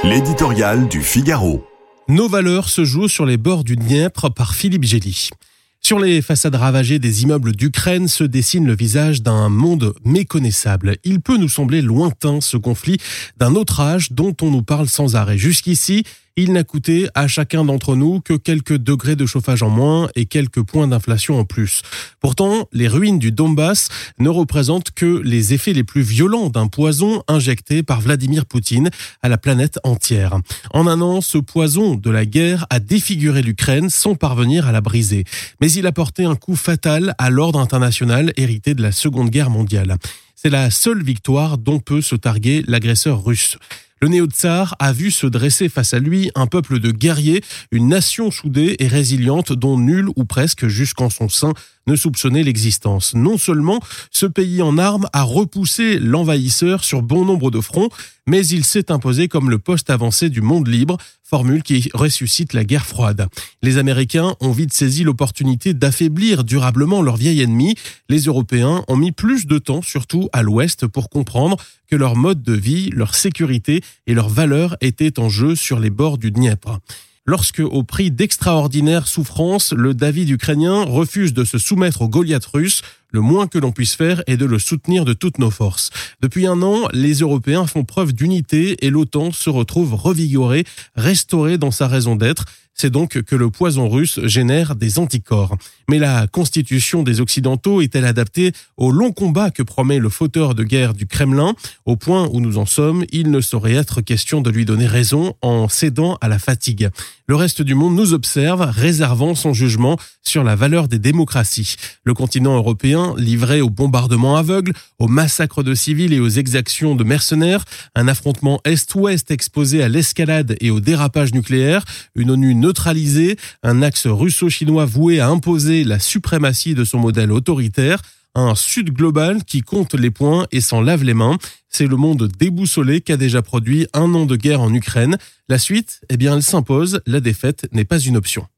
L'éditorial du Figaro. Nos valeurs se jouent sur les bords du Dniepr par Philippe Gély. Sur les façades ravagées des immeubles d'Ukraine se dessine le visage d'un monde méconnaissable. Il peut nous sembler lointain, ce conflit d'un autre âge dont on nous parle sans arrêt. Jusqu'ici, il n'a coûté à chacun d'entre nous que quelques degrés de chauffage en moins et quelques points d'inflation en plus. Pourtant, les ruines du Donbass ne représentent que les effets les plus violents d'un poison injecté par Vladimir Poutine à la planète entière. En un an, ce poison de la guerre a défiguré l'Ukraine sans parvenir à la briser. Mais il a porté un coup fatal à l'ordre international hérité de la Seconde Guerre mondiale. C'est la seule victoire dont peut se targuer l'agresseur russe. Le néo-tsar a vu se dresser face à lui un peuple de guerriers, une nation soudée et résiliente dont nul ou presque jusqu'en son sein ne soupçonnait l'existence. Non seulement ce pays en armes a repoussé l'envahisseur sur bon nombre de fronts, mais il s'est imposé comme le poste avancé du monde libre, formule qui ressuscite la guerre froide. Les Américains ont vite saisi l'opportunité d'affaiblir durablement leur vieil ennemi. Les Européens ont mis plus de temps, surtout à l'Ouest, pour comprendre que leur mode de vie, leur sécurité et leurs valeurs étaient en jeu sur les bords du Dniepr. Lorsque, au prix d'extraordinaires souffrances, le David ukrainien refuse de se soumettre au Goliath russe, le moins que l'on puisse faire est de le soutenir de toutes nos forces. Depuis un an, les Européens font preuve d'unité et l'OTAN se retrouve revigorée, restaurée dans sa raison d'être. C'est donc que le poison russe génère des anticorps. Mais la constitution des Occidentaux est-elle adaptée au long combat que promet le fauteur de guerre du Kremlin? Au point où nous en sommes, il ne saurait être question de lui donner raison en cédant à la fatigue. Le reste du monde nous observe, réservant son jugement sur la valeur des démocraties. Le continent européen, livré aux bombardements aveugles, aux massacres de civils et aux exactions de mercenaires, un affrontement Est-Ouest exposé à l'escalade et au dérapage nucléaire, une ONU neutralisée, un axe russo-chinois voué à imposer la suprématie de son modèle autoritaire, un Sud global qui compte les points et s'en lave les mains. C'est le monde déboussolé qu'a déjà produit un an de guerre en Ukraine. La suite, elle s'impose. La défaite n'est pas une option.